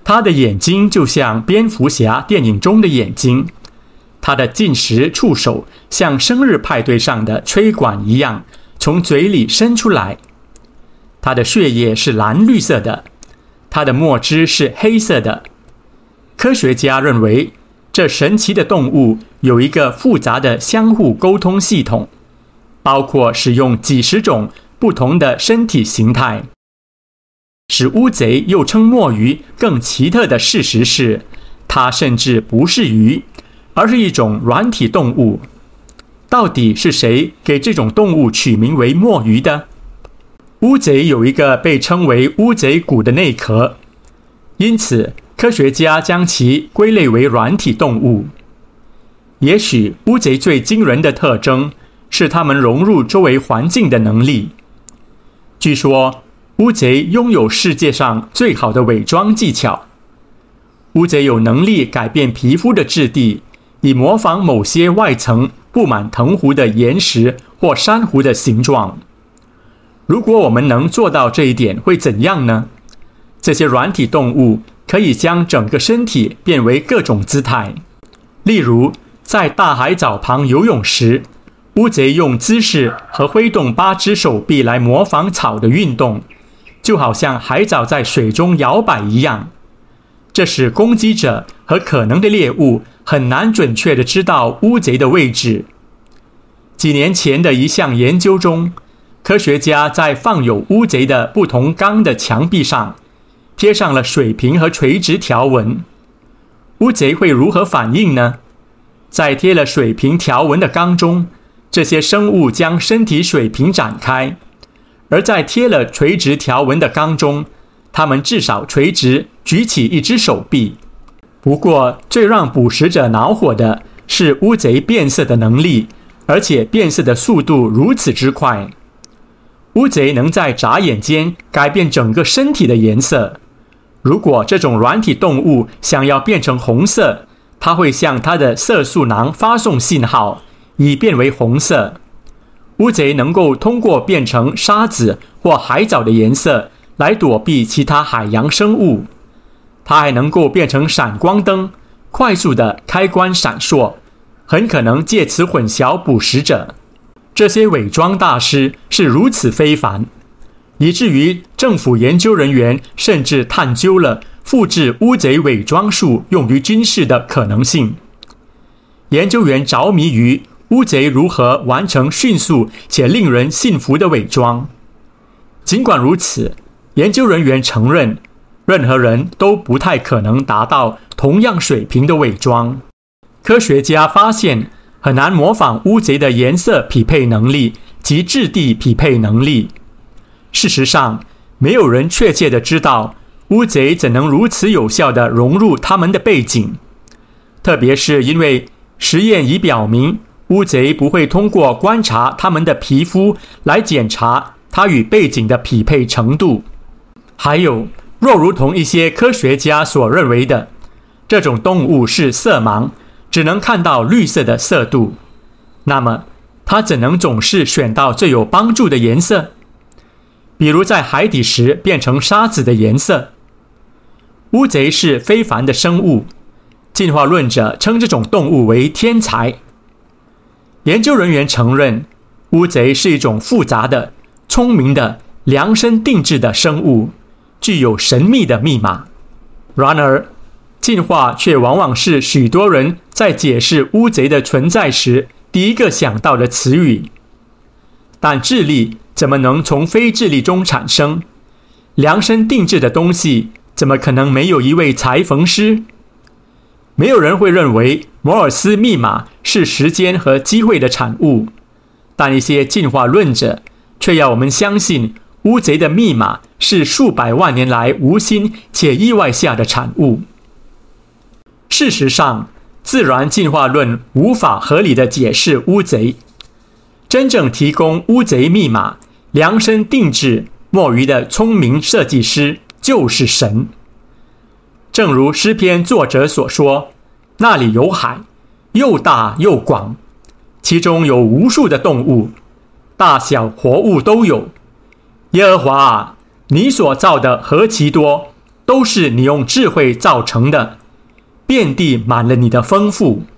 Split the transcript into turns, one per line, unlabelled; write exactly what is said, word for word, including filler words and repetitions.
他的眼睛就像蝙蝠侠电影中的眼睛，他的进食触手像生日派对上的吹管一样从嘴里伸出来。他的血液是蓝绿色的，他的墨汁是黑色的。科学家认为，这神奇的动物有一个复杂的相互沟通系统，包括使用几十种不同的身体形态。使乌贼又称墨鱼更奇特的事实是，它甚至不是鱼，而是一种软体动物。到底是谁给这种动物取名为墨鱼的？乌贼有一个被称为乌贼骨的内壳，因此科学家将其归类为软体动物。也许乌贼最惊人的特征是它们融入周围环境的能力。据说乌贼拥有世界上最好的伪装技巧。乌贼有能力改变皮肤的质地，以模仿某些外层布满藤壶的岩石或珊瑚的形状。如果我们能做到这一点，会怎样呢？这些软体动物可以将整个身体变为各种姿态。例如，在大海藻旁游泳时，乌贼用姿势和挥动八只手臂来模仿草的运动，就好像海藻在水中摇摆一样。这使攻击者和可能的猎物很难准确地知道乌贼的位置。几年前的一项研究中，科学家在放有乌贼的不同缸的墙壁上贴上了水平和垂直条纹。乌贼会如何反应呢？在贴了水平条纹的缸中，这些生物将身体水平展开；而在贴了垂直条纹的缸中，它们至少垂直举起一只手臂。不过，最让捕食者恼火的是乌贼变色的能力，而且变色的速度如此之快。乌贼能在眨眼间改变整个身体的颜色。如果这种软体动物想要变成红色，它会向它的色素囊发送信号，以变为红色。乌贼能够通过变成沙子或海藻的颜色来躲避其他海洋生物。它还能够变成闪光灯，快速的开关闪烁，很可能借此混淆捕食者。这些伪装大师是如此非凡，以至于政府研究人员甚至探究了复制乌贼伪装术用于军事的可能性。研究员着迷于乌贼如何完成迅速且令人信服的伪装。尽管如此，研究人员承认，任何人都不太可能达到同样水平的伪装。科学家发现，很难模仿乌贼的颜色匹配能力及质地匹配能力。事实上，没有人确切地知道乌贼怎能如此有效地融入它们的背景，特别是因为实验已表明，乌贼不会通过观察它们的皮肤来检查它与背景的匹配程度。还有，若如同一些科学家所认为的，这种动物是色盲，只能看到绿色的色度，那么它怎能总是选到最有帮助的颜色？比如在海底时变成沙子的颜色。乌贼是非凡的生物，进化论者称这种动物为天才。研究人员承认，乌贼是一种复杂的、聪明的、量身定制的生物，具有神秘的密码。然而，进化却往往是许多人在解释乌贼的存在时第一个想到的词语。但智力怎么能从非智力中产生？量身定制的东西怎么可能没有一位裁缝师？没有人会认为摩尔斯密码是时间和机会的产物，但一些进化论者却要我们相信乌贼的密码是数百万年来无心且意外下的产物。事实上，自然进化论无法合理地解释乌贼。真正提供乌贼密码、量身定制墨鱼的聪明设计师就是神。正如诗篇作者所说，那里有海，又大又广，其中有无数的动物，大小活物都有。耶和华啊，你所造的何其多， 都是你用智慧造成的，遍地满了你的丰富。